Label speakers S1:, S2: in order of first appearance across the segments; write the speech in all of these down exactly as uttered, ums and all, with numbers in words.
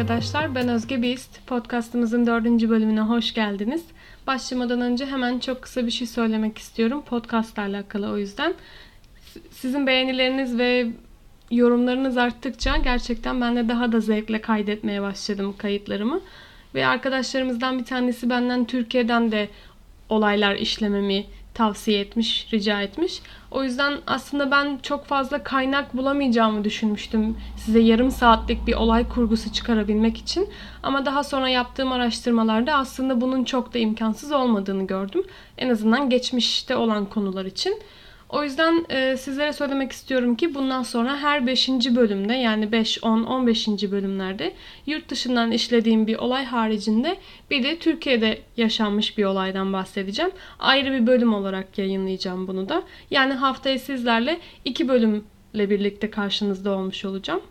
S1: arkadaşlar, ben Özge Bist. Podcastımızın dördüncü bölümüne hoş geldiniz. Başlamadan önce hemen çok kısa bir şey söylemek istiyorum podcastla alakalı o yüzden. Sizin beğenileriniz ve yorumlarınız arttıkça gerçekten ben de daha da zevkle kaydetmeye başladım kayıtlarımı. Ve arkadaşlarımızdan bir tanesi benden Türkiye'den de olaylar işlememi tavsiye etmiş, rica etmiş. O yüzden aslında ben çok fazla kaynak bulamayacağımı düşünmüştüm size yarım saatlik bir olay kurgusu çıkarabilmek için. Ama daha sonra yaptığım araştırmalarda aslında bunun çok da imkansız olmadığını gördüm. En azından geçmişte olan konular için. O yüzden e, sizlere söylemek istiyorum ki bundan sonra her beşinci bölümde yani beş, on, on beşinci bölümlerde yurt dışından işlediğim bir olay haricinde bir de Türkiye'de yaşanmış bir olaydan bahsedeceğim. Ayrı bir bölüm olarak yayınlayacağım bunu da. Yani haftaya sizlerle iki bölümle birlikte karşınızda olmuş olacağım.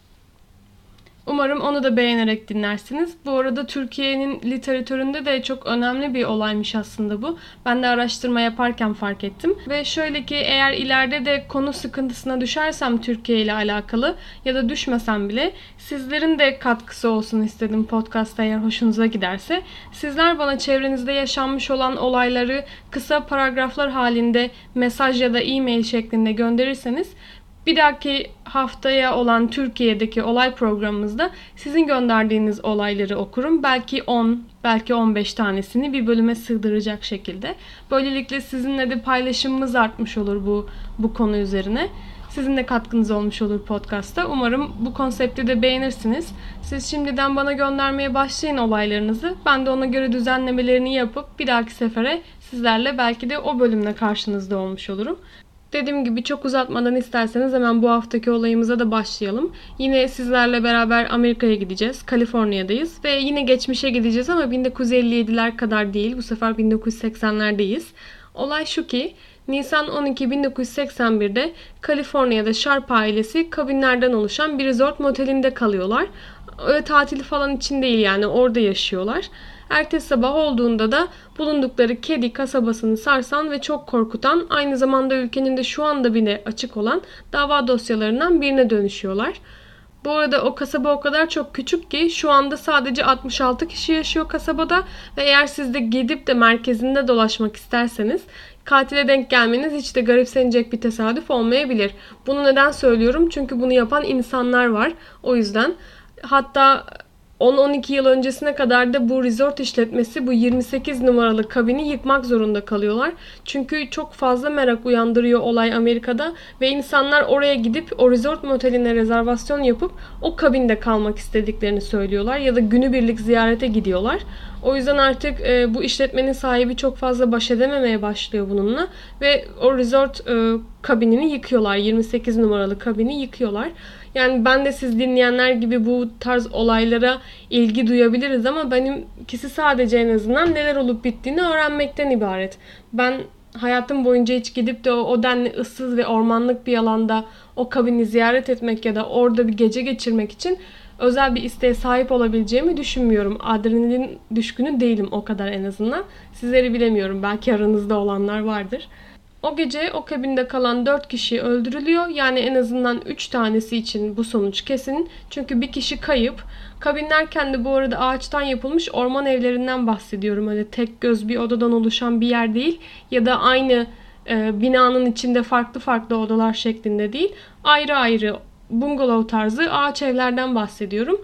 S1: Umarım onu da beğenerek dinlersiniz. Bu arada Türkiye'nin literatüründe de çok önemli bir olaymış aslında bu. Ben de araştırma yaparken fark ettim. Ve şöyle ki eğer ileride de konu sıkıntısına düşersem Türkiye ile alakalı ya da düşmesem bile sizlerin de katkısı olsun istedim podcast'ta eğer hoşunuza giderse. Sizler bana çevrenizde yaşanmış olan olayları kısa paragraflar halinde mesaj ya da e-mail şeklinde gönderirseniz bir dahaki haftaya olan Türkiye'deki olay programımızda sizin gönderdiğiniz olayları okurum. Belki on, belki on beş tanesini bir bölüme sığdıracak şekilde. Böylelikle sizinle de paylaşımımız artmış olur bu bu konu üzerine. Sizin de katkınız olmuş olur podcast'ta. Umarım bu konsepti de beğenirsiniz. Siz şimdiden bana göndermeye başlayın olaylarınızı. Ben de ona göre düzenlemelerini yapıp bir dahaki sefere sizlerle belki de o bölümle karşınızda olmuş olurum. Dediğim gibi çok uzatmadan isterseniz hemen bu haftaki olayımıza da başlayalım. Yine sizlerle beraber Amerika'ya gideceğiz. Kaliforniya'dayız ve yine geçmişe gideceğiz ama bin dokuz yüz elli yediler kadar değil. Bu sefer bin dokuz yüz seksenlerdeyiz. Olay şu ki Nisan on iki bin dokuz yüz seksen birde Kaliforniya'da Sharp ailesi kabinlerden oluşan bir resort motelinde kalıyorlar. Öyle tatil falan için değil yani orada yaşıyorlar. Ertesi sabah olduğunda da bulundukları Kedi kasabasını sarsan ve çok korkutan, aynı zamanda ülkenin de şu anda bile açık olan dava dosyalarından birine dönüşüyorlar. Bu arada o kasaba o kadar çok küçük ki şu anda sadece altmış altı kişi yaşıyor kasabada ve eğer siz de gidip de merkezinde dolaşmak isterseniz katile denk gelmeniz hiç de garipsenecek bir tesadüf olmayabilir. Bunu neden söylüyorum? Çünkü bunu yapan insanlar var. O yüzden hatta on on iki yıl öncesine kadar da bu resort işletmesi bu yirmi sekiz numaralı kabini yıkmak zorunda kalıyorlar. Çünkü çok fazla merak uyandırıyor olay Amerika'da ve insanlar oraya gidip o resort moteline rezervasyon yapıp o kabinde kalmak istediklerini söylüyorlar ya da günübirlik ziyarete gidiyorlar. O yüzden artık e, bu işletmenin sahibi çok fazla baş edememeye başlıyor bununla ve o resort e, kabinini yıkıyorlar. yirmi sekiz numaralı kabini yıkıyorlar. Yani ben de siz dinleyenler gibi bu tarz olaylara ilgi duyabiliriz ama benimkisi sadece en azından neler olup bittiğini öğrenmekten ibaret. Ben hayatım boyunca hiç gidip de o, o denli ıssız ve ormanlık bir alanda o kabini ziyaret etmek ya da orada bir gece geçirmek için özel bir isteğe sahip olabileceğimi düşünmüyorum. Adrenalin düşkünü değilim o kadar en azından. Sizleri bilemiyorum. Belki aranızda olanlar vardır. O gece o kabinde kalan dört kişi öldürülüyor. Yani en azından üç tanesi için bu sonuç kesin. Çünkü bir kişi kayıp. Kabinlerken de bu arada ağaçtan yapılmış orman evlerinden bahsediyorum. Öyle tek göz bir odadan oluşan bir yer değil. Ya da aynı e, binanın içinde farklı farklı odalar şeklinde değil. Ayrı ayrı bungalov tarzı ağaç evlerden bahsediyorum.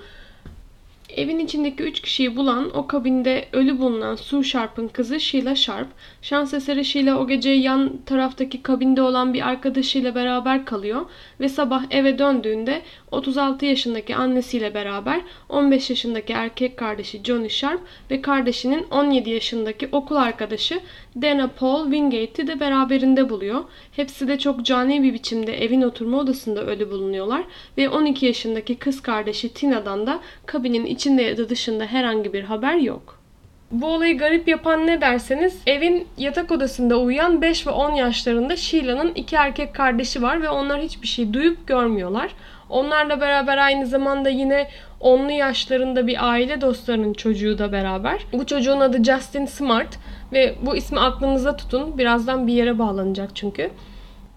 S1: Evin içindeki üç kişiyi bulan, o kabinde ölü bulunan Sue Sharp'ın kızı Sheila Sharp. Şans eseri Sheila o gece yan taraftaki kabinde olan bir arkadaşıyla beraber kalıyor ve sabah eve döndüğünde otuz altı yaşındaki annesiyle beraber on beş yaşındaki erkek kardeşi Johnny Sharp ve kardeşinin on yedi yaşındaki okul arkadaşı Dana Paul Wingate'i de beraberinde buluyor. Hepsi de çok cani bir biçimde evin oturma odasında ölü bulunuyorlar ve on iki yaşındaki kız kardeşi Tina'dan da kabinin içinde ya da dışında herhangi bir haber yok. Bu olayı garip yapan ne derseniz evin yatak odasında uyuyan beş ve on yaşlarında Sheila'nın iki erkek kardeşi var ve onlar hiçbir şey duyup görmüyorlar. Onlarla beraber aynı zamanda yine onlu yaşlarında bir aile dostlarının çocuğu da beraber. Bu çocuğun adı Justin Smart ve bu ismi aklınıza tutun. Birazdan bir yere bağlanacak çünkü.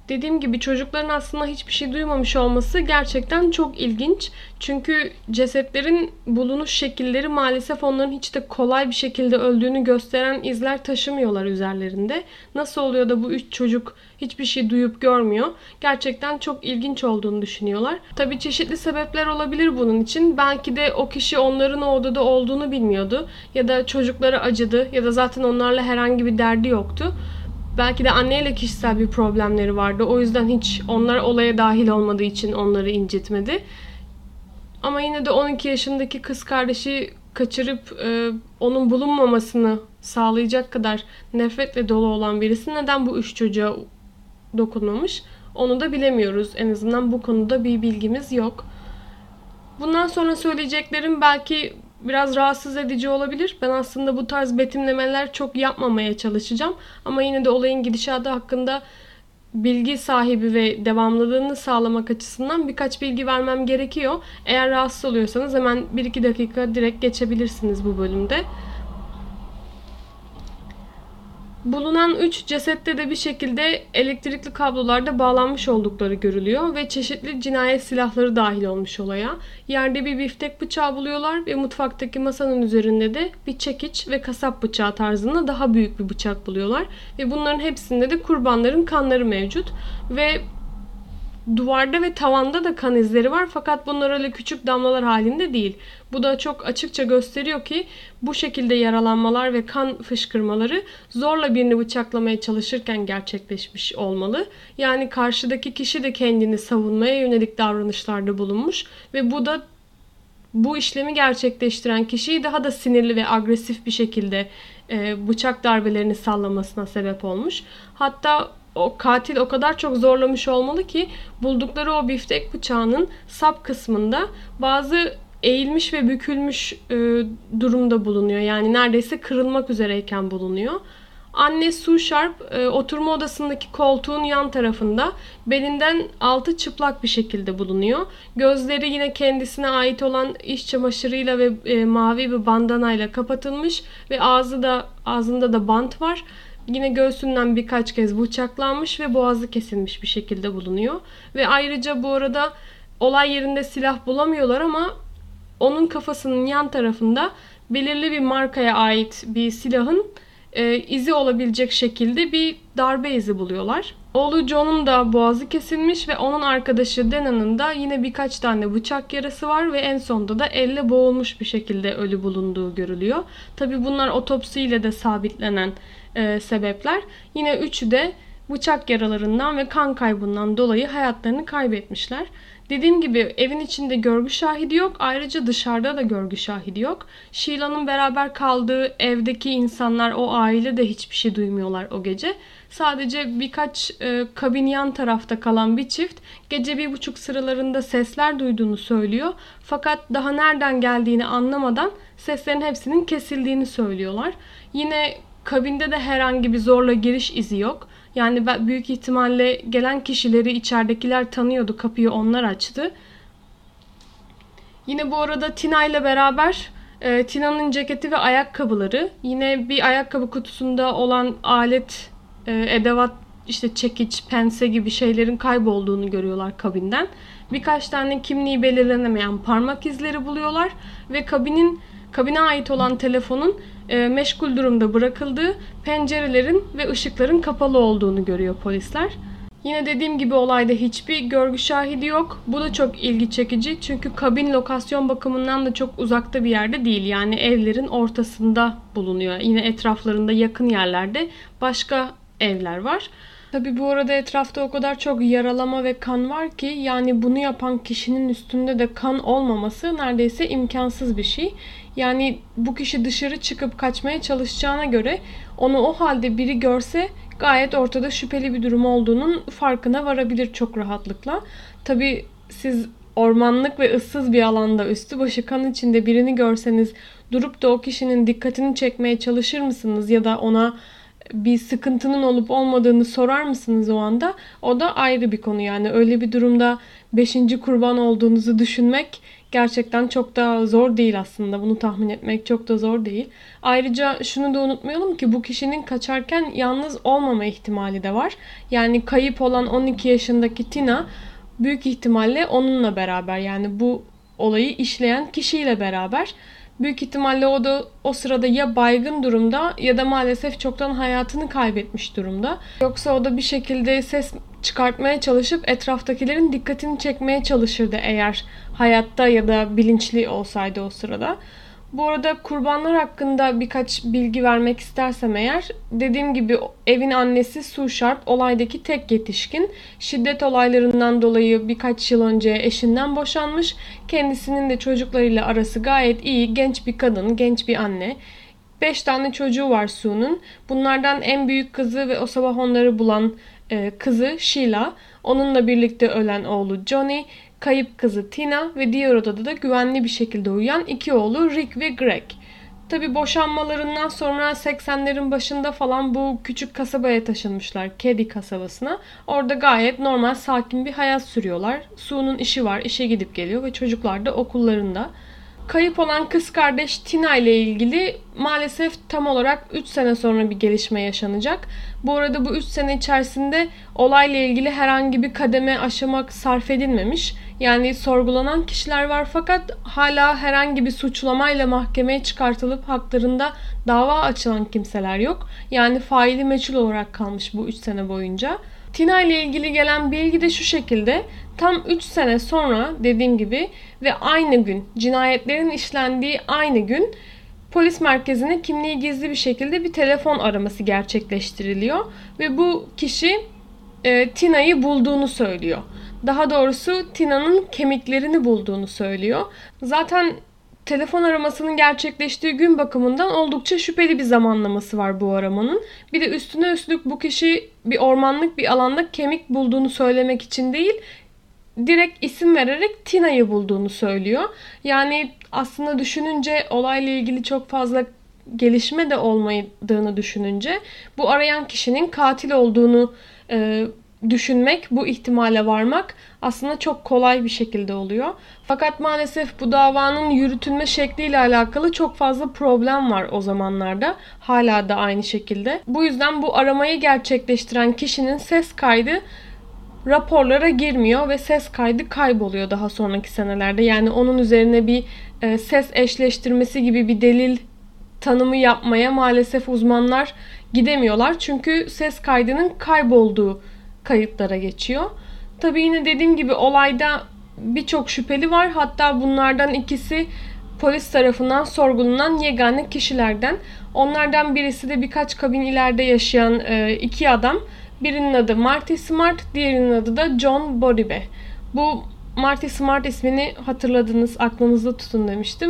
S1: Dediğim gibi çocukların aslında hiçbir şey duymamış olması gerçekten çok ilginç. Çünkü cesetlerin bulunuş şekilleri maalesef onların hiç de kolay bir şekilde öldüğünü gösteren izler taşımıyorlar üzerlerinde. Nasıl oluyor da bu üç çocuk hiçbir şey duyup görmüyor? Gerçekten çok ilginç olduğunu düşünüyorlar. Tabii çeşitli sebepler olabilir bunun için. Belki de o kişi onların o odada olduğunu bilmiyordu. Ya da çocuklara acıdı ya da zaten onlarla herhangi bir derdi yoktu. Belki de anneyle kişisel bir problemleri vardı. O yüzden hiç onlar olaya dahil olmadığı için onları incitmedi. Ama yine de on iki yaşındaki kız kardeşi kaçırıp e, onun bulunmamasını sağlayacak kadar nefretle dolu olan birisi neden bu üç çocuğa dokunmamış? Onu da bilemiyoruz. En azından bu konuda bir bilgimiz yok. Bundan sonra söyleyeceklerim belki biraz rahatsız edici olabilir. Ben aslında bu tarz betimlemeler çok yapmamaya çalışacağım. Ama yine de olayın gidişatı hakkında bilgi sahibi ve devamlılığını sağlamak açısından birkaç bilgi vermem gerekiyor. Eğer rahatsız oluyorsanız hemen bir iki dakika direkt geçebilirsiniz bu bölümde. Bulunan üç cesette de bir şekilde elektrikli kablolarda bağlanmış oldukları görülüyor ve çeşitli cinayet silahları dahil olmuş olaya. Yerde bir biftek bıçağı buluyorlar ve mutfaktaki masanın üzerinde de bir çekiç ve kasap bıçağı tarzında daha büyük bir bıçak buluyorlar. Ve bunların hepsinde de kurbanların kanları mevcut. Ve duvarda ve tavanda da kan izleri var fakat bunlar öyle küçük damlalar halinde değil. Bu da çok açıkça gösteriyor ki bu şekilde yaralanmalar ve kan fışkırmaları zorla birini bıçaklamaya çalışırken gerçekleşmiş olmalı. Yani karşıdaki kişi de kendini savunmaya yönelik davranışlarda bulunmuş ve bu da bu işlemi gerçekleştiren kişiyi daha da sinirli ve agresif bir şekilde e, bıçak darbelerini sallamasına sebep olmuş. Hatta o katil o kadar çok zorlamış olmalı ki buldukları o biftek bıçağının sap kısmında bazı eğilmiş ve bükülmüş e, durumda bulunuyor. Yani neredeyse kırılmak üzereyken bulunuyor. Anne Sue Sharp e, oturma odasındaki koltuğun yan tarafında belinden altı çıplak bir şekilde bulunuyor. Gözleri yine kendisine ait olan iç çamaşırıyla ve e, mavi bir bandanayla kapatılmış ve ağzı da ağzında da bant var. Yine göğsünden birkaç kez bıçaklanmış ve boğazı kesilmiş bir şekilde bulunuyor. Ve ayrıca bu arada olay yerinde silah bulamıyorlar ama onun kafasının yan tarafında belirli bir markaya ait bir silahın e, izi olabilecek şekilde bir darbe izi buluyorlar. Oğlu John'un da boğazı kesilmiş ve onun arkadaşı Dana'nın da yine birkaç tane bıçak yarası var ve en sonunda da elle boğulmuş bir şekilde ölü bulunduğu görülüyor. Tabi bunlar otopsiyle de sabitlenen e, sebepler. Yine üçü de bıçak yaralarından ve kan kaybından dolayı hayatlarını kaybetmişler. Dediğim gibi evin içinde görgü şahidi yok. Ayrıca dışarıda da görgü şahidi yok. Sheila'nın beraber kaldığı evdeki insanlar, o aile de hiçbir şey duymuyorlar o gece. Sadece birkaç e, kabin yan tarafta kalan bir çift gece bir buçuk sıralarında sesler duyduğunu söylüyor. Fakat daha nereden geldiğini anlamadan seslerin hepsinin kesildiğini söylüyorlar. Yine kabinde de herhangi bir zorla giriş izi yok. Yani büyük ihtimalle gelen kişileri içeridekiler tanıyordu. Kapıyı onlar açtı. Yine bu arada Tina ile beraber e, Tina'nın ceketi ve ayakkabıları, yine bir ayakkabı kutusunda olan alet, e, edevat, işte çekiç, pense gibi şeylerin kaybolduğunu görüyorlar kabinden. Birkaç tane kimliği belirlenemeyen parmak izleri buluyorlar ve kabinin kabine ait olan telefonun e, meşgul durumda bırakıldığı, pencerelerin ve ışıkların kapalı olduğunu görüyor polisler. Yine dediğim gibi olayda hiçbir görgü şahidi yok. Bu da çok ilgi çekici çünkü kabin lokasyon bakımından da çok uzakta bir yerde değil. Yani evlerin ortasında bulunuyor. Yine etraflarında yakın yerlerde başka evler var. Tabi bu arada etrafta o kadar çok yaralama ve kan var ki yani bunu yapan kişinin üstünde de kan olmaması neredeyse imkansız bir şey. Yani bu kişi dışarı çıkıp kaçmaya çalışacağına göre onu o halde biri görse gayet ortada şüpheli bir durum olduğunun farkına varabilir çok rahatlıkla. Tabi siz ormanlık ve ıssız bir alanda üstü başı kan içinde birini görseniz durup da o kişinin dikkatini çekmeye çalışır mısınız ya da ona bir sıkıntının olup olmadığını sorar mısınız o anda? O da ayrı bir konu yani. Öyle bir durumda beşinci kurban olduğunuzu düşünmek gerçekten çok da zor değil aslında. Bunu tahmin etmek çok da zor değil. Ayrıca şunu da unutmayalım ki bu kişinin kaçarken yalnız olmama ihtimali de var. Yani kayıp olan on iki yaşındaki Tina büyük ihtimalle onunla beraber, yani bu olayı işleyen kişiyle beraber. Büyük ihtimalle o da o sırada ya baygın durumda ya da maalesef çoktan hayatını kaybetmiş durumda. Yoksa o da bir şekilde ses çıkartmaya çalışıp etraftakilerin dikkatini çekmeye çalışırdı eğer hayatta ya da bilinçli olsaydı o sırada. Bu arada kurbanlar hakkında birkaç bilgi vermek istersem eğer, dediğim gibi evin annesi Sue Sharp olaydaki tek yetişkin. Şiddet olaylarından dolayı birkaç yıl önce eşinden boşanmış. Kendisinin de çocuklarıyla arası gayet iyi, genç bir kadın, genç bir anne. Beş tane çocuğu var Sue'nun. Bunlardan en büyük kızı ve o sabah onları bulan e, kızı Sheila. Onunla birlikte ölen oğlu Johnny, kayıp kızı Tina ve diğer odada da güvenli bir şekilde uyuyan iki oğlu Rick ve Greg. Tabi boşanmalarından sonra seksenlerin başında falan bu küçük kasabaya taşınmışlar, Keddie kasabasına. Orada gayet normal, sakin bir hayat sürüyorlar. Sue'nun işi var, işe gidip geliyor ve çocuklar da okullarında. Kayıp olan kız kardeş Tina ile ilgili maalesef tam olarak üç sene sonra bir gelişme yaşanacak. Bu arada bu üç sene içerisinde olayla ilgili herhangi bir kademe aşama sarf edilmemiş. Yani sorgulanan kişiler var fakat hala herhangi bir suçlamayla mahkemeye çıkartılıp haklarında dava açılan kimseler yok. Yani faili meçhul olarak kalmış bu üç sene boyunca. Tina ile ilgili gelen bilgi de şu şekilde: tam üç sene sonra, dediğim gibi, ve aynı gün, cinayetlerin işlendiği aynı gün polis merkezine kimliği gizli bir şekilde bir telefon araması gerçekleştiriliyor. Ve bu kişi e, Tina'yı bulduğunu söylüyor. Daha doğrusu Tina'nın kemiklerini bulduğunu söylüyor. Zaten telefon aramasının gerçekleştiği gün bakımından oldukça şüpheli bir zamanlaması var bu aramanın. Bir de üstüne üstlük bu kişi bir ormanlık bir alanda kemik bulduğunu söylemek için değil, direkt isim vererek Tina'yı bulduğunu söylüyor. Yani aslında düşününce, olayla ilgili çok fazla gelişme de olmadığını düşününce bu arayan kişinin katil olduğunu e, düşünmek, bu ihtimale varmak aslında çok kolay bir şekilde oluyor. Fakat maalesef bu davanın yürütülme şekliyle alakalı çok fazla problem var o zamanlarda. Hala da aynı şekilde. Bu yüzden bu aramayı gerçekleştiren kişinin ses kaydı raporlara girmiyor ve ses kaydı kayboluyor daha sonraki senelerde. Yani onun üzerine bir e, ses eşleştirmesi gibi bir delil tanımı yapmaya maalesef uzmanlar gidemiyorlar. Çünkü ses kaydının kaybolduğu kayıtlara geçiyor. Tabii yine dediğim gibi olayda birçok şüpheli var. Hatta bunlardan ikisi polis tarafından sorgulanan yegane kişilerden. Onlardan birisi de birkaç kabin ileride yaşayan e, iki adam. Birinin adı Marty Smart, diğerinin adı da John Boribe. Bu Marty Smart ismini hatırladınız, aklınızda tutun demiştim.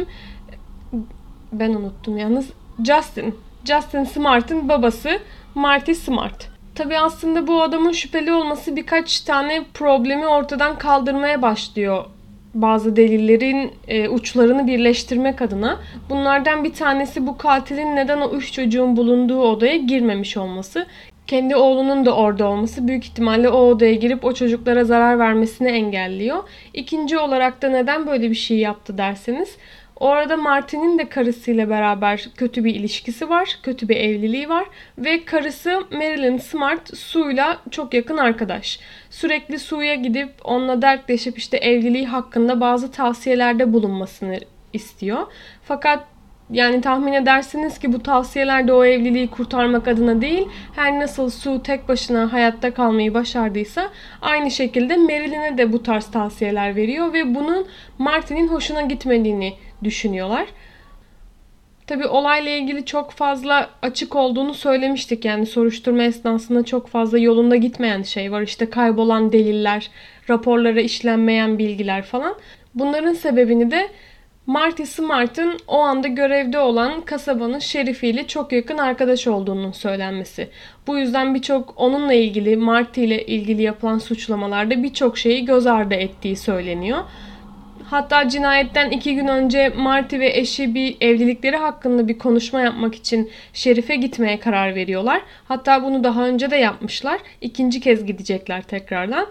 S1: Ben unuttum yalnız. Justin. Justin Smart'ın babası Marty Smart. Tabii aslında bu adamın şüpheli olması birkaç tane problemi ortadan kaldırmaya başlıyor. Bazı delillerin e, uçlarını birleştirmek adına. Bunlardan bir tanesi bu katilin neden o üç çocuğun bulunduğu odaya girmemiş olması. Kendi oğlunun da orada olması büyük ihtimalle o odaya girip o çocuklara zarar vermesini engelliyor. İkinci olarak da neden böyle bir şey yaptı derseniz, o arada Marty'nin de karısıyla beraber kötü bir ilişkisi var, kötü bir evliliği var ve karısı Marilyn Smart Sue'yla çok yakın arkadaş. Sürekli Sue'ya gidip onunla dertleşip işte evliliği hakkında bazı tavsiyelerde bulunmasını istiyor. Fakat yani tahmin edersiniz ki bu tavsiyeler de o evliliği kurtarmak adına değil, her nasıl Sue tek başına hayatta kalmayı başardıysa aynı şekilde Marilyn'e de bu tarz tavsiyeler veriyor ve bunun Marty'nin hoşuna gitmediğini düşünüyorlar. Tabii olayla ilgili çok fazla açık olduğunu söylemiştik. Yani soruşturma esnasında çok fazla yolunda gitmeyen şey var. İşte kaybolan deliller, raporlara işlenmeyen bilgiler falan. Bunların sebebini de Marty Smart'ın o anda görevde olan kasabanın şerifiyle çok yakın arkadaş olduğunun söylenmesi. Bu yüzden birçok onunla ilgili, Marty ile ilgili yapılan suçlamalarda birçok şeyi göz ardı ettiği söyleniyor. Hatta cinayetten iki gün önce Marty ve eşi bir evlilikleri hakkında bir konuşma yapmak için şerife gitmeye karar veriyorlar. Hatta bunu daha önce de yapmışlar. İkinci kez gidecekler tekrardan.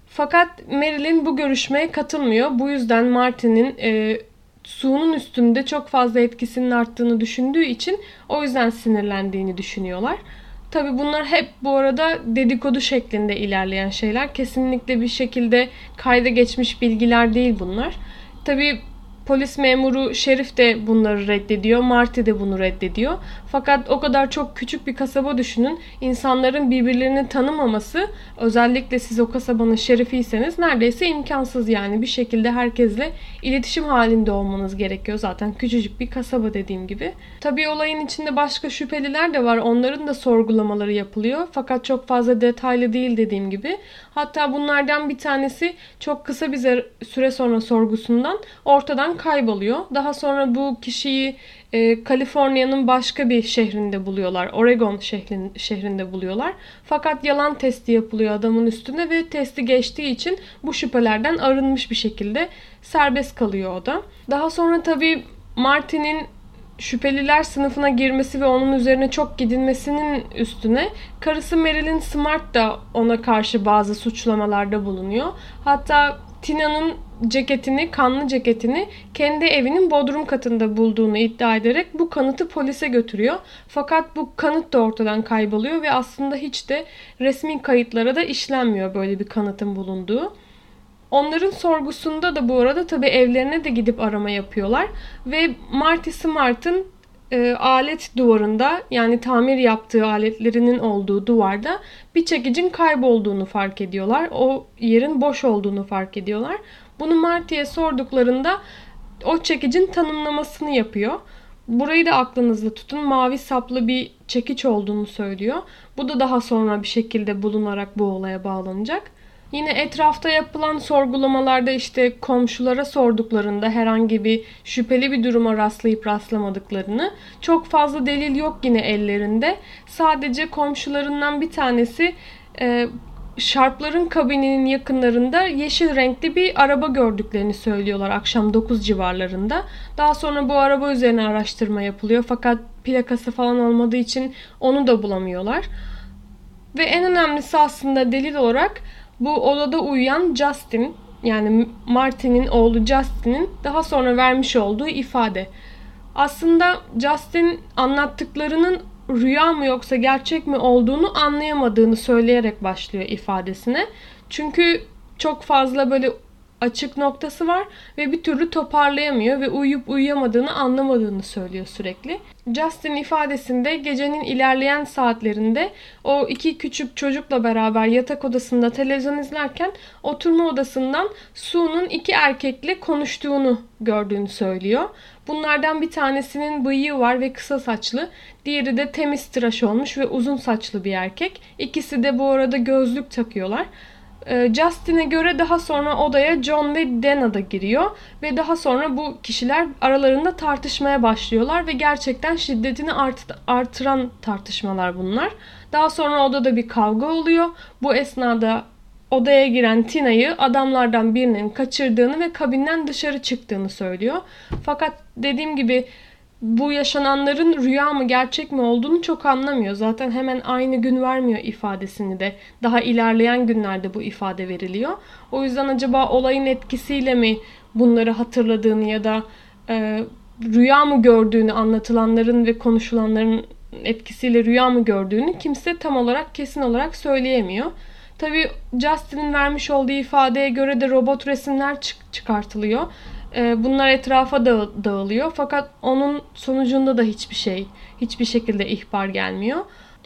S1: Fakat Marilyn bu görüşmeye katılmıyor. Bu yüzden Marty'nin e, Sue'nun üstünde çok fazla etkisinin arttığını düşündüğü için o yüzden sinirlendiğini düşünüyorlar. Tabii bunlar hep bu arada dedikodu şeklinde ilerleyen şeyler. Kesinlikle bir şekilde kayda geçmiş bilgiler değil bunlar. Tabii polis memuru Şerif de bunları reddediyor. Marty de bunu reddediyor. Fakat o kadar çok küçük bir kasaba düşünün. İnsanların birbirlerini tanımaması, özellikle siz o kasabanın şerifiyseniz neredeyse imkansız yani. Bir şekilde herkesle iletişim halinde olmanız gerekiyor. Zaten küçücük bir kasaba dediğim gibi. Tabii olayın içinde başka şüpheliler de var. Onların da sorgulamaları yapılıyor. Fakat çok fazla detaylı değil dediğim gibi. Hatta bunlardan bir tanesi çok kısa bir süre sonra sorgusundan ortadan kayboluyor. Daha sonra bu kişiyi e, Kaliforniya'nın başka bir şehrinde buluyorlar. Oregon şehrin, şehrinde buluyorlar. Fakat yalan testi yapılıyor adamın üstüne ve testi geçtiği için bu şüphelerden arınmış bir şekilde serbest kalıyor o da. Daha sonra tabii Marty'nin şüpheliler sınıfına girmesi ve onun üzerine çok gidilmesinin üstüne karısı Marilyn Smart da ona karşı bazı suçlamalarda bulunuyor. Hatta Tina'nın ceketini, kanlı ceketini kendi evinin bodrum katında bulduğunu iddia ederek bu kanıtı polise götürüyor. Fakat bu kanıt da ortadan kayboluyor ve aslında hiç de resmi kayıtlara da işlenmiyor böyle bir kanıtın bulunduğu. Onların sorgusunda da bu arada tabii evlerine de gidip arama yapıyorlar. Ve Marty Smart'ın e, alet duvarında, yani tamir yaptığı aletlerinin olduğu duvarda bir çekicin kaybolduğunu fark ediyorlar. O yerin boş olduğunu fark ediyorlar. Bunu Marty'ye sorduklarında o çekicin tanımlamasını yapıyor. Burayı da aklınızda tutun. Mavi saplı bir çekiç olduğunu söylüyor. Bu da daha sonra bir şekilde bulunarak bu olaya bağlanacak. Yine etrafta yapılan sorgulamalarda işte komşulara sorduklarında herhangi bir şüpheli bir duruma rastlayıp rastlamadıklarını, çok fazla delil yok yine ellerinde. Sadece komşularından bir tanesi e, Sharp'ların kabininin yakınlarında yeşil renkli bir araba gördüklerini söylüyorlar akşam dokuz civarlarında. Daha sonra bu araba üzerine araştırma yapılıyor fakat plakası falan olmadığı için onu da bulamıyorlar. Ve en önemlisi aslında delil olarak bu odada uyuyan Justin, yani Marty'nin oğlu Justin'in daha sonra vermiş olduğu ifade. Aslında Justin anlattıklarının rüya mı yoksa gerçek mi olduğunu anlayamadığını söyleyerek başlıyor ifadesine. Çünkü çok fazla böyle açık noktası var ve bir türlü toparlayamıyor ve uyuyup uyuyamadığını anlamadığını söylüyor sürekli. Justin ifadesinde gecenin ilerleyen saatlerinde o iki küçük çocukla beraber yatak odasında televizyon izlerken oturma odasından Sue'nun iki erkekle konuştuğunu gördüğünü söylüyor. Bunlardan bir tanesinin bıyığı var ve kısa saçlı. Diğeri de temiz tıraş olmuş ve uzun saçlı bir erkek. İkisi de bu arada gözlük takıyorlar. Justin'e göre daha sonra odaya John ve Dana da giriyor ve daha sonra bu kişiler aralarında tartışmaya başlıyorlar ve gerçekten şiddetini art- artıran tartışmalar bunlar. Daha sonra odada bir kavga oluyor. Bu esnada odaya giren Tina'yı adamlardan birinin kaçırdığını ve kabinden dışarı çıktığını söylüyor. Fakat dediğim gibi bu yaşananların rüya mı gerçek mi olduğunu çok anlamıyor. Zaten hemen aynı gün vermiyor ifadesini de. Daha ilerleyen günlerde bu ifade veriliyor. O yüzden acaba olayın etkisiyle mi bunları hatırladığını ya da e, rüya mı gördüğünü, anlatılanların ve konuşulanların etkisiyle rüya mı gördüğünü kimse tam olarak kesin olarak söyleyemiyor. Tabii Justin'in vermiş olduğu ifadeye göre de robot resimler çık- çıkartılıyor. Bunlar etrafa dağılıyor fakat onun sonucunda da hiçbir şey, hiçbir şekilde ihbar gelmiyor.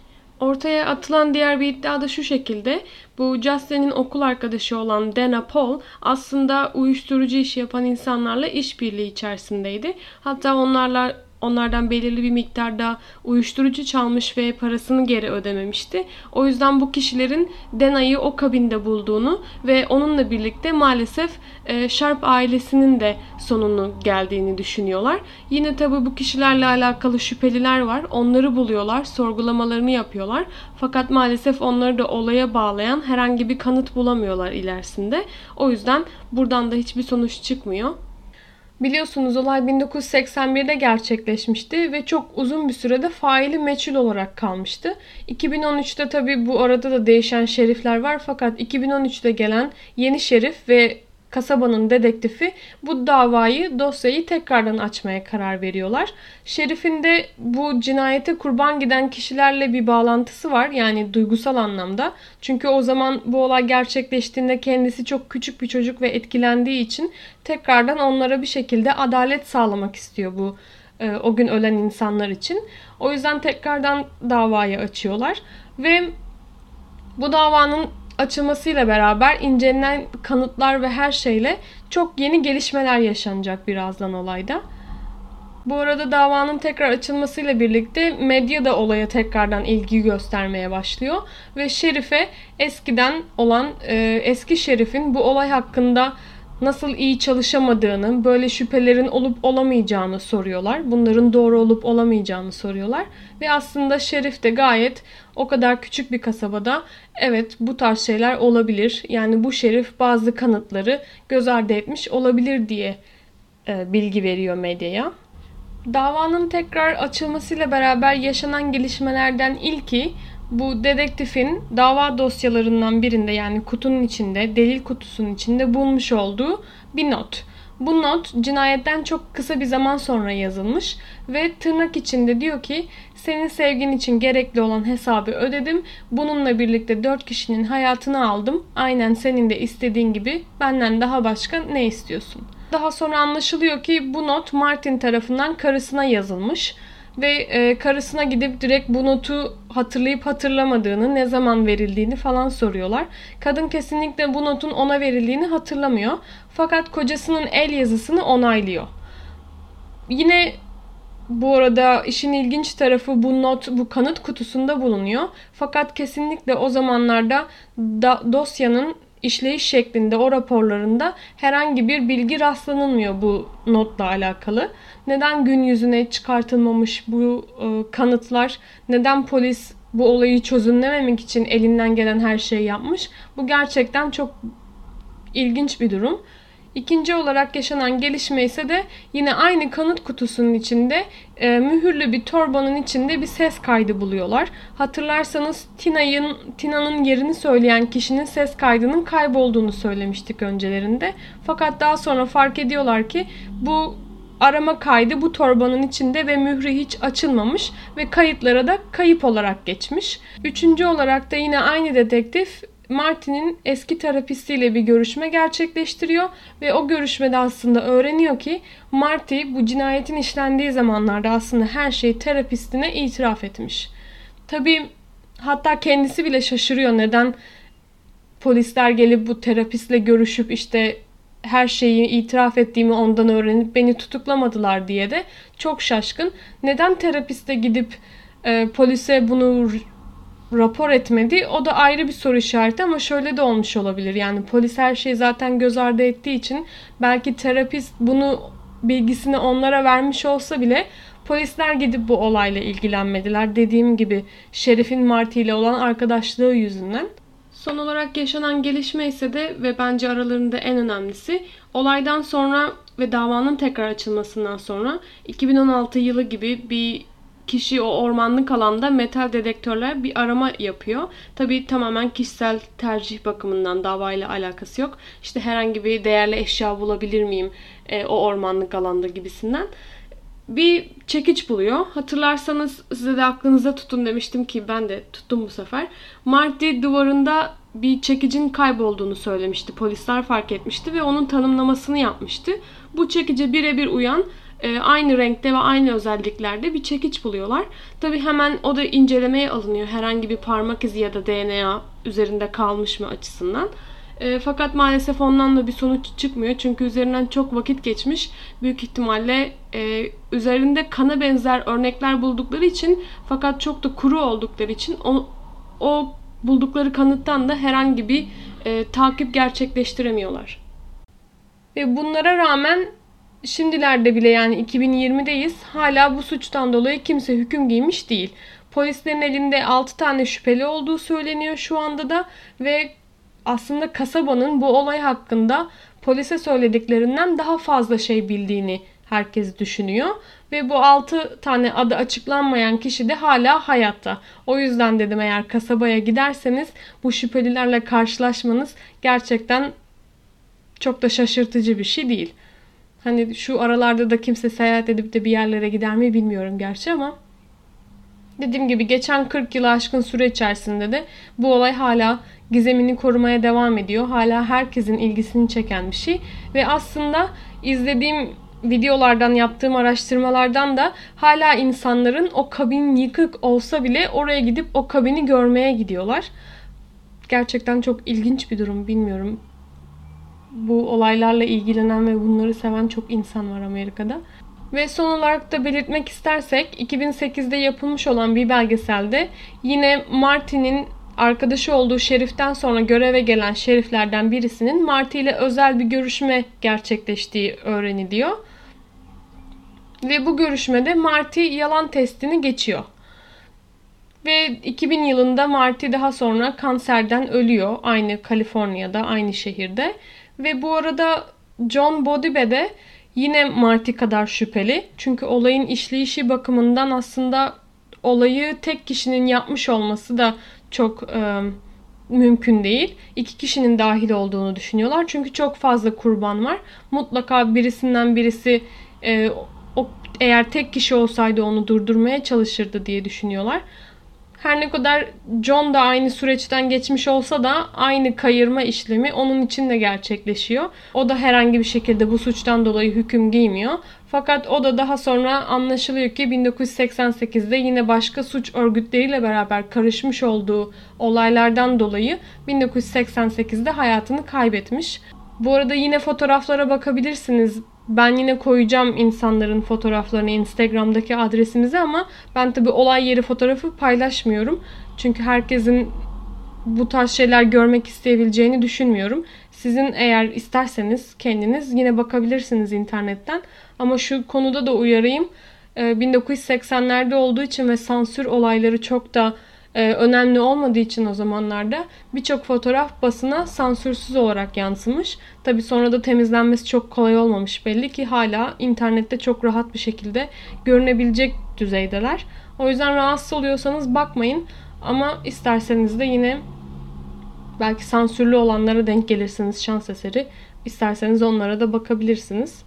S1: Ortaya atılan diğer bir iddia da şu şekilde: bu Justin'in okul arkadaşı olan Dana Paul aslında uyuşturucu işi yapan insanlarla işbirliği içerisindeydi. Hatta onlarla onlardan belirli bir miktarda uyuşturucu çalmış ve parasını geri ödememişti. O yüzden bu kişilerin Dana'yı o kabinde bulduğunu ve onunla birlikte maalesef Sharp ailesinin de sonunu geldiğini düşünüyorlar. Yine tabii bu kişilerle alakalı şüpheliler var. Onları buluyorlar, sorgulamalarını yapıyorlar. Fakat maalesef onları da olaya bağlayan herhangi bir kanıt bulamıyorlar ilerisinde. O yüzden buradan da hiçbir sonuç çıkmıyor. Biliyorsunuz olay bin dokuz yüz seksen birde gerçekleşmişti ve çok uzun bir sürede faili meçhul olarak kalmıştı. iki bin on üçte tabii bu arada da değişen şerifler var fakat iki bin on üçte gelen yeni şerif ve kasabanın dedektifi bu davayı, dosyayı tekrardan açmaya karar veriyorlar. Şerif'in de bu cinayete kurban giden kişilerle bir bağlantısı var. Yani duygusal anlamda. Çünkü o zaman bu olay gerçekleştiğinde kendisi çok küçük bir çocuk ve etkilendiği için tekrardan onlara bir şekilde adalet sağlamak istiyor bu e, o gün ölen insanlar için. O yüzden tekrardan davayı açıyorlar ve bu davanın açılmasıyla beraber incelenen kanıtlar ve her şeyle çok yeni gelişmeler yaşanacak birazdan olayda. Bu arada davanın tekrar açılmasıyla birlikte medya da olaya tekrardan ilgi göstermeye başlıyor ve Şerif'e eskiden olan e, eski Şerif'in bu olay hakkında nasıl iyi çalışamadığını, böyle şüphelerin olup olamayacağını soruyorlar. Bunların doğru olup olamayacağını soruyorlar. Ve aslında Şerif de gayet o kadar küçük bir kasabada evet bu tarz şeyler olabilir. Yani bu Şerif bazı kanıtları göz ardı etmiş olabilir diye e, bilgi veriyor medyaya. Davanın tekrar açılmasıyla beraber yaşanan gelişmelerden ilki bu dedektifin dava dosyalarından birinde yani kutunun içinde, delil kutusunun içinde bulmuş olduğu bir not. Bu not cinayetten çok kısa bir zaman sonra yazılmış ve tırnak içinde diyor ki senin sevgin için gerekli olan hesabı ödedim. Bununla birlikte dört kişinin hayatını aldım. Aynen senin de istediğin gibi benden daha başka ne istiyorsun? Daha sonra anlaşılıyor ki bu not Martin tarafından karısına yazılmış. Ve e, karısına gidip direkt bu notu hatırlayıp hatırlamadığını, ne zaman verildiğini falan soruyorlar. Kadın kesinlikle bu notun ona verildiğini hatırlamıyor. Fakat kocasının el yazısını onaylıyor. Yine bu arada işin ilginç tarafı bu not bu kanıt kutusunda bulunuyor. Fakat kesinlikle o zamanlarda da, dosyanın işleyiş şeklinde o raporlarında herhangi bir bilgi rastlanılmıyor bu notla alakalı. Neden gün yüzüne çıkartılmamış bu e, kanıtlar? Neden polis bu olayı çözümlememek için elinden gelen her şeyi yapmış? Bu gerçekten çok ilginç bir durum. İkinci olarak yaşanan gelişme ise de yine aynı kanıt kutusunun içinde e, mühürlü bir torbanın içinde bir ses kaydı buluyorlar. Hatırlarsanız Tina'nın Tina'nın yerini söyleyen kişinin ses kaydının kaybolduğunu söylemiştik öncelerinde. Fakat daha sonra fark ediyorlar ki bu arama kaydı bu torbanın içinde ve mührü hiç açılmamış ve kayıtlara da kayıp olarak geçmiş. Üçüncü olarak da yine aynı dedektif Martin'in eski terapistiyle bir görüşme gerçekleştiriyor ve o görüşmede aslında öğreniyor ki Marty bu cinayetin işlendiği zamanlarda aslında her şeyi terapistine itiraf etmiş. Tabii hatta kendisi bile şaşırıyor neden polisler gelip bu terapistle görüşüp işte her şeyi itiraf ettiğimi ondan öğrenip beni tutuklamadılar diye de çok şaşkın. Neden terapiste gidip e, polise bunu rapor etmedi? O da ayrı bir soru işareti ama şöyle de olmuş olabilir. Yani polis her şeyi zaten göz ardı ettiği için belki terapist bunu bilgisini onlara vermiş olsa bile polisler gidip bu olayla ilgilenmediler. Dediğim gibi Şerif'in Marty ile olan arkadaşlığı yüzünden. Son olarak yaşanan gelişme ise de ve bence aralarında en önemlisi olaydan sonra ve davanın tekrar açılmasından sonra iki bin on altı yılı gibi bir kişi o ormanlık alanda metal dedektörler bir arama yapıyor. Tabii tamamen kişisel tercih bakımından davayla alakası yok. İşte herhangi bir değerli eşya bulabilir miyim e, o ormanlık alanda gibisinden. Bir çekiç buluyor. Hatırlarsanız size de aklınıza tutun demiştim ki ben de tuttum bu sefer. Marty duvarında bir çekicin kaybolduğunu söylemişti. Polisler fark etmişti ve onun tanımlamasını yapmıştı. Bu çekice birebir uyan aynı renkte ve aynı özelliklerde bir çekiç buluyorlar. Tabii hemen o da incelemeye alınıyor. Herhangi bir parmak izi ya da D N A üzerinde kalmış mı açısından. E, fakat maalesef ondan da bir sonuç çıkmıyor. Çünkü üzerinden çok vakit geçmiş. Büyük ihtimalle e, üzerinde kana benzer örnekler buldukları için fakat çok da kuru oldukları için o, o buldukları kanıttan da herhangi bir e, takip gerçekleştiremiyorlar. Ve bunlara rağmen şimdilerde bile yani iki bin yirmideyiz. Hala bu suçtan dolayı kimse hüküm giymiş değil. Polislerin elinde altı tane şüpheli olduğu söyleniyor şu anda da ve aslında kasabanın bu olay hakkında polise söylediklerinden daha fazla şey bildiğini herkes düşünüyor. Ve bu altı tane adı açıklanmayan kişi de hala hayatta. O yüzden dedim, eğer kasabaya giderseniz bu şüphelilerle karşılaşmanız gerçekten çok da şaşırtıcı bir şey değil. Hani şu aralarda da kimse seyahat edip de bir yerlere gider mi bilmiyorum gerçi ama dediğim gibi geçen kırk yılı aşkın süre içerisinde de bu olay hala gizemini korumaya devam ediyor. Hala herkesin ilgisini çeken bir şey. Ve aslında izlediğim videolardan, yaptığım araştırmalardan da hala insanların o kabin yıkık olsa bile oraya gidip o kabini görmeye gidiyorlar. Gerçekten çok ilginç bir durum, bilmiyorum. Bu olaylarla ilgilenen ve bunları seven çok insan var Amerika'da. Ve son olarak da belirtmek istersek iki bin sekizde yapılmış olan bir belgeselde yine Marty'nin arkadaşı olduğu şeriften sonra göreve gelen şeriflerden birisinin Marty ile özel bir görüşme gerçekleştiği öğreniliyor. Ve bu görüşmede Marty yalan testini geçiyor. Ve iki bin yılında Marty daha sonra kanserden ölüyor. Aynı Kaliforniya'da, aynı şehirde. Ve bu arada John Bodibe de yine Marty kadar şüpheli. Çünkü olayın işleyişi bakımından aslında olayı tek kişinin yapmış olması da çok e, mümkün değil. İki kişinin dahil olduğunu düşünüyorlar. Çünkü çok fazla kurban var. Mutlaka birisinden birisi e, o, eğer tek kişi olsaydı onu durdurmaya çalışırdı diye düşünüyorlar. Her ne kadar John da aynı süreçten geçmiş olsa da aynı kayırma işlemi onun için de gerçekleşiyor. O da herhangi bir şekilde bu suçtan dolayı hüküm giymiyor. Fakat o da daha sonra anlaşılıyor ki bin dokuz yüz seksen sekizde yine başka suç örgütleriyle beraber karışmış olduğu olaylardan dolayı bin dokuz yüz seksen sekizde hayatını kaybetmiş. Bu arada yine fotoğraflara bakabilirsiniz. Ben yine koyacağım insanların fotoğraflarını Instagram'daki adresimize ama ben tabii olay yeri fotoğrafı paylaşmıyorum. Çünkü herkesin bu tarz şeyler görmek isteyebileceğini düşünmüyorum. Sizin eğer isterseniz kendiniz yine bakabilirsiniz internetten. Ama şu konuda da uyarayım. bin dokuz yüz seksenlerde olduğu için ve sansür olayları çok da önemli olmadığı için o zamanlarda birçok fotoğraf basına sansürsüz olarak yansımış. Tabii sonra da temizlenmesi çok kolay olmamış belli ki hala internette çok rahat bir şekilde görünebilecek düzeydeler. O yüzden rahatsız oluyorsanız bakmayın ama isterseniz de yine belki sansürlü olanlara denk gelirsiniz şans eseri. İsterseniz onlara da bakabilirsiniz.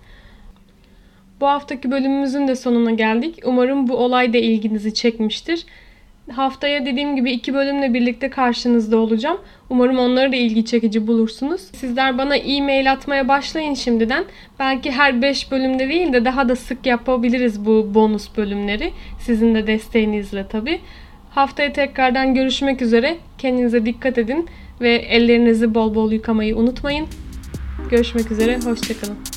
S1: Bu haftaki bölümümüzün de sonuna geldik. Umarım bu olay da ilginizi çekmiştir. Haftaya dediğim gibi iki bölümle birlikte karşınızda olacağım. Umarım onları da ilgi çekici bulursunuz. Sizler bana e-mail atmaya başlayın şimdiden. Belki her beş bölümde değil de daha da sık yapabiliriz bu bonus bölümleri. Sizin de desteğinizle tabii. Haftaya tekrardan görüşmek üzere. Kendinize dikkat edin ve ellerinizi bol bol yıkamayı unutmayın. Görüşmek üzere, hoşça kalın.